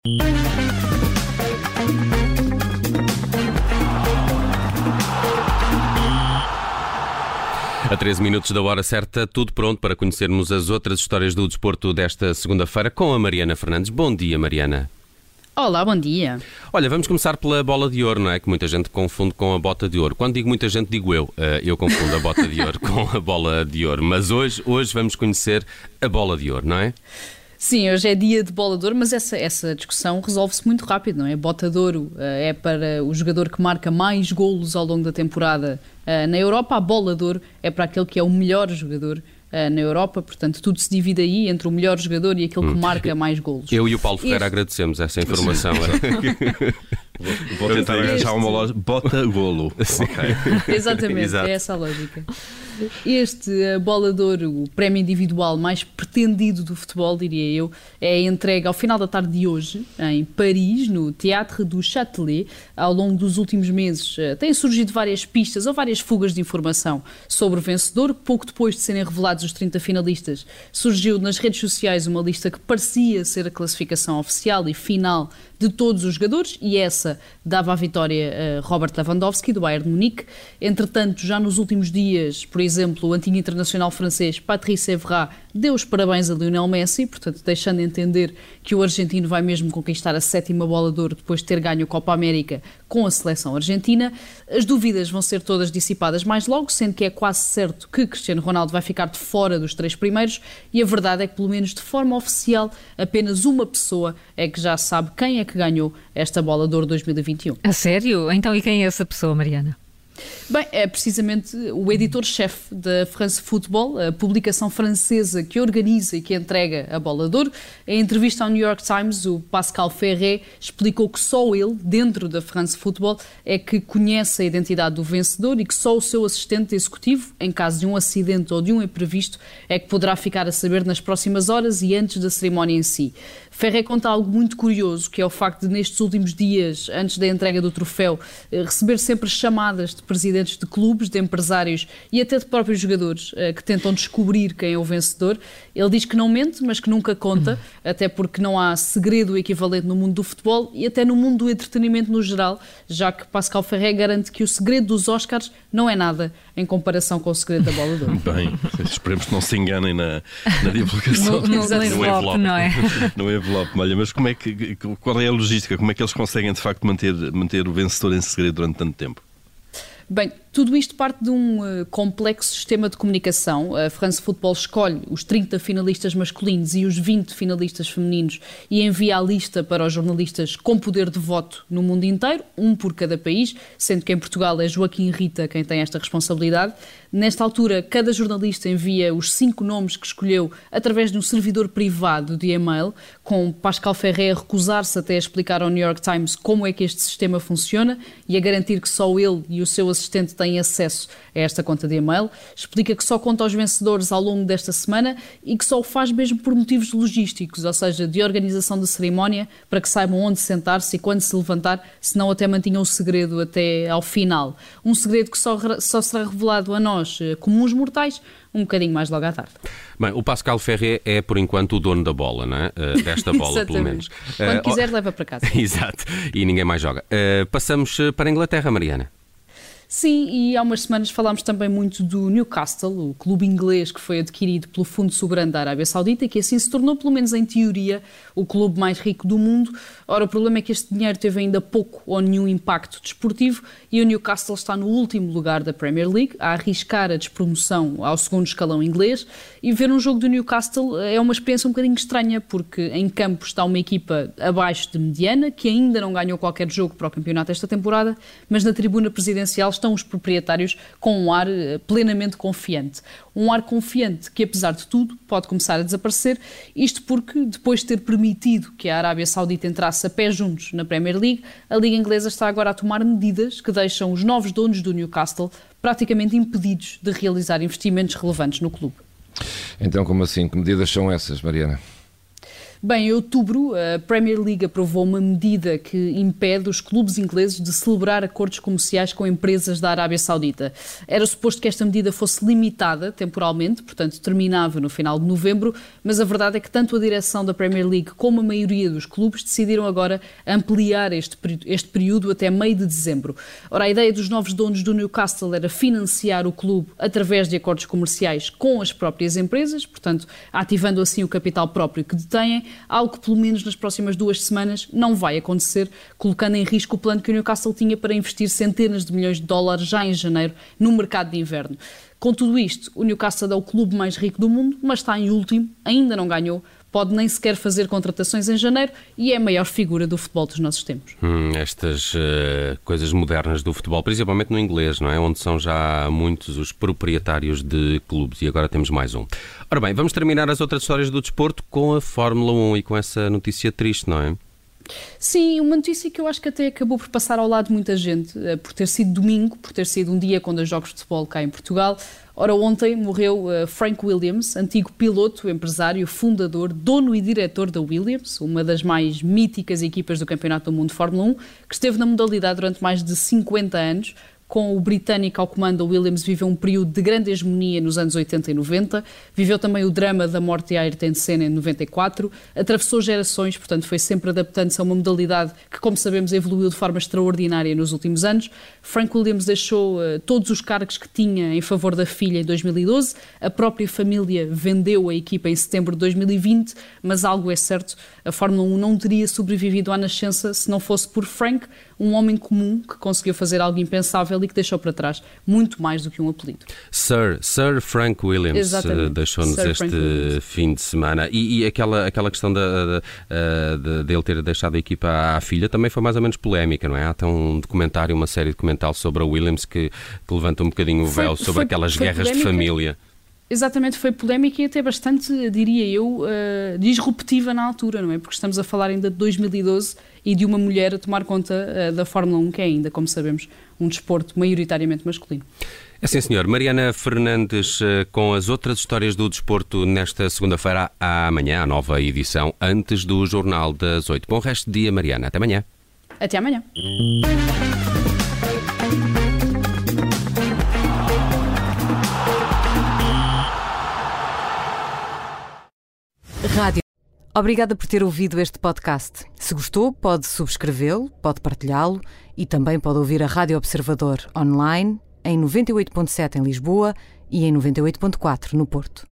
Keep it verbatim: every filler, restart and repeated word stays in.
A treze minutos da hora certa, tudo pronto para conhecermos as outras histórias do desporto desta segunda-feira com a Mariana Fernandes. Bom dia, Mariana. Olá, bom dia. Olha, vamos começar pela bola de ouro, não é? Que muita gente confunde com a bota de ouro. Quando digo muita gente, digo eu. Eu confundo a bota de ouro com a bola de ouro. Mas hoje, hoje vamos conhecer a bola de ouro, não é? Sim, hoje é dia de bola de ouro, mas essa, essa discussão resolve-se muito rápido, não é? Bota de ouro uh, é para o jogador que marca mais golos ao longo da temporada uh, na Europa. A bola de ouro é para aquele que é o melhor jogador uh, na Europa. Portanto, tudo se divide aí entre o melhor jogador e aquele hum. que marca mais golos. Eu e o Paulo Ferreira este... agradecemos essa informação. Vou, vou tentar arranjar este... uma loja. Bota golo. Okay. Exatamente, Exato. É essa a lógica. Este, a bola de ouro, o prémio individual mais pretendido do futebol, diria eu, é entregue ao final da tarde de hoje, em Paris, no Théâtre du Châtelet. Ao longo dos últimos meses têm surgido várias pistas ou várias fugas de informação sobre o vencedor. Pouco depois de serem revelados os trinta finalistas, surgiu nas redes sociais uma lista que parecia ser a classificação oficial e final de todos os jogadores, e essa dava a vitória a Robert Lewandowski, do Bayern de Munique. Entretanto, já nos últimos dias, por exemplo, o antigo internacional francês Patrice Evra deu os parabéns a Lionel Messi, portanto deixando de entender que o argentino vai mesmo conquistar a sétima bola de ouro depois de ter ganho a Copa América com a seleção argentina. As dúvidas vão ser todas dissipadas mais logo, sendo que é quase certo que Cristiano Ronaldo vai ficar de fora dos três primeiros, e a verdade é que, pelo menos de forma oficial, apenas uma pessoa é que já sabe quem é que ganhou esta bola de ouro dois mil e vinte e um. A sério? Então e quem é essa pessoa, Mariana? Bem, é precisamente o editor-chefe da France Football, a publicação francesa que organiza e que entrega a bola de ouro. Em entrevista ao New York Times, o Pascal Ferret explicou que só ele, dentro da France Football, é que conhece a identidade do vencedor e que só o seu assistente executivo, em caso de um acidente ou de um imprevisto, é que poderá ficar a saber nas próximas horas e antes da cerimónia em si. Ferret conta algo muito curioso, que é o facto de, nestes últimos dias, antes da entrega do troféu, receber sempre chamadas de presidentes de clubes, de empresários e até de próprios jogadores que tentam descobrir quem é o vencedor. Ele diz que não mente, mas que nunca conta, até porque não há segredo equivalente no mundo do futebol e até no mundo do entretenimento no geral, já que Pascal Ferret garante que o segredo dos Oscars não é nada em comparação com o segredo da bola de ouro. Bem, esperemos que não se enganem na, na divulgação. No, no, no envelope, não é? No envelope. Olha, mas como é que, qual é a logística? Como é que eles conseguem, de facto, manter, manter o vencedor em segredo durante tanto tempo? Bem, tudo isto parte de um uh, complexo sistema de comunicação. A France Football escolhe os trinta finalistas masculinos e os vinte finalistas femininos e envia a lista para os jornalistas com poder de voto no mundo inteiro, um por cada país, sendo que em Portugal é Joaquim Rita quem tem esta responsabilidade. Nesta altura, cada jornalista envia os cinco nomes que escolheu através de um servidor privado de e-mail, com Pascal Ferret a recusar-se até a explicar ao New York Times como é que este sistema funciona e a garantir que só ele e o seu assistente têm acesso a esta conta de e-mail. Explica que só conta aos vencedores ao longo desta semana e que só o faz mesmo por motivos logísticos, ou seja, de organização da cerimónia, para que saibam onde sentar-se e quando se levantar, senão até mantinham o segredo até ao final. Um segredo que só, só será revelado a nós, comuns mortais, um bocadinho mais logo à tarde. Bem, o Pascal Ferret é, por enquanto, o dono da bola, não é? Uh, desta bola, pelo menos. Quando uh, quiser, oh... leva para casa. Exato, e ninguém mais joga. Uh, passamos para a Inglaterra, Mariana. Sim, e há umas semanas falámos também muito do Newcastle, o clube inglês que foi adquirido pelo Fundo Soberano da Arábia Saudita e que assim se tornou, pelo menos em teoria, o clube mais rico do mundo. Ora, o problema é que este dinheiro teve ainda pouco ou nenhum impacto desportivo e o Newcastle está no último lugar da Premier League, a arriscar a despromoção ao segundo escalão inglês, e ver um jogo do Newcastle é uma experiência um bocadinho estranha, porque em campo está uma equipa abaixo de mediana, que ainda não ganhou qualquer jogo para o campeonato esta temporada, mas na tribuna presidencial estão os proprietários com um ar plenamente confiante. Um ar confiante que, apesar de tudo, pode começar a desaparecer, isto porque, depois de ter permitido que a Arábia Saudita entrasse a pé juntos na Premier League, a Liga Inglesa está agora a tomar medidas que deixam os novos donos do Newcastle praticamente impedidos de realizar investimentos relevantes no clube. Então, como assim? Que medidas são essas, Mariana? Bem, em outubro, a Premier League aprovou uma medida que impede os clubes ingleses de celebrar acordos comerciais com empresas da Arábia Saudita. Era suposto que esta medida fosse limitada temporalmente, portanto terminava no final de novembro, mas a verdade é que tanto a direção da Premier League como a maioria dos clubes decidiram agora ampliar este, este período até meio de dezembro. Ora, a ideia dos novos donos do Newcastle era financiar o clube através de acordos comerciais com as próprias empresas, portanto ativando assim o capital próprio que detêm, algo que pelo menos nas próximas duas semanas não vai acontecer, colocando em risco o plano que o Newcastle tinha para investir centenas de milhões de dólares já em janeiro no mercado de inverno. Com tudo isto, o Newcastle é o clube mais rico do mundo, mas está em último, ainda não ganhou, pode nem sequer fazer contratações em janeiro e é a maior figura do futebol dos nossos tempos. Hum, estas uh, coisas modernas do futebol, principalmente no inglês, não é? Onde são já muitos os proprietários de clubes e agora temos mais um. Ora bem, vamos terminar as outras histórias do desporto com a Fórmula um e com essa notícia triste, não é? Sim, uma notícia que eu acho que até acabou por passar ao lado de muita gente, por ter sido domingo, por ter sido um dia quando há jogos de futebol cá em Portugal. Ora, ontem morreu Frank Williams, antigo piloto, empresário, fundador, dono e diretor da Williams, uma das mais míticas equipas do Campeonato do Mundo de Fórmula um, que esteve na modalidade durante mais de cinquenta anos. Com o britânico ao comando, a Williams viveu um período de grande hegemonia nos anos oitenta e noventa, viveu também o drama da morte de Ayrton Senna em noventa e quatro, atravessou gerações, portanto foi sempre adaptando-se a uma modalidade que, como sabemos, evoluiu de forma extraordinária nos últimos anos. Frank Williams deixou uh, todos os cargos que tinha em favor da filha em dois mil e doze, a própria família vendeu a equipa em setembro de dois mil e vinte, mas algo é certo, a Fórmula um não teria sobrevivido à nascença se não fosse por Frank, um homem comum que conseguiu fazer algo impensável e que deixou para trás muito mais do que um apelido. Sir, Sir Frank Williams deixou-nos este fim de semana. E, e aquela, aquela questão da, da, de, de ele ter deixado a equipa à filha também foi mais ou menos polémica, não é? Há até um documentário, uma série documental sobre a Williams que, que levanta um bocadinho o véu foi, sobre foi, aquelas foi guerras polémica. de família. Exatamente, foi polémica e até bastante, diria eu, uh, disruptiva na altura, não é? Porque estamos a falar ainda de dois mil e doze e de uma mulher a tomar conta uh, da Fórmula um, que é ainda, como sabemos, um desporto maioritariamente masculino. É sim, senhor. Mariana Fernandes, uh, com as outras histórias do desporto nesta segunda-feira à amanhã, a nova edição, antes do Jornal das oito. Bom resto de dia, Mariana. Até amanhã. Até amanhã. Rádio. Obrigada por ter ouvido este podcast. Se gostou, pode subscrevê-lo, pode partilhá-lo e também pode ouvir a Rádio Observador online em noventa e oito ponto sete em Lisboa e em noventa e oito ponto quatro no Porto.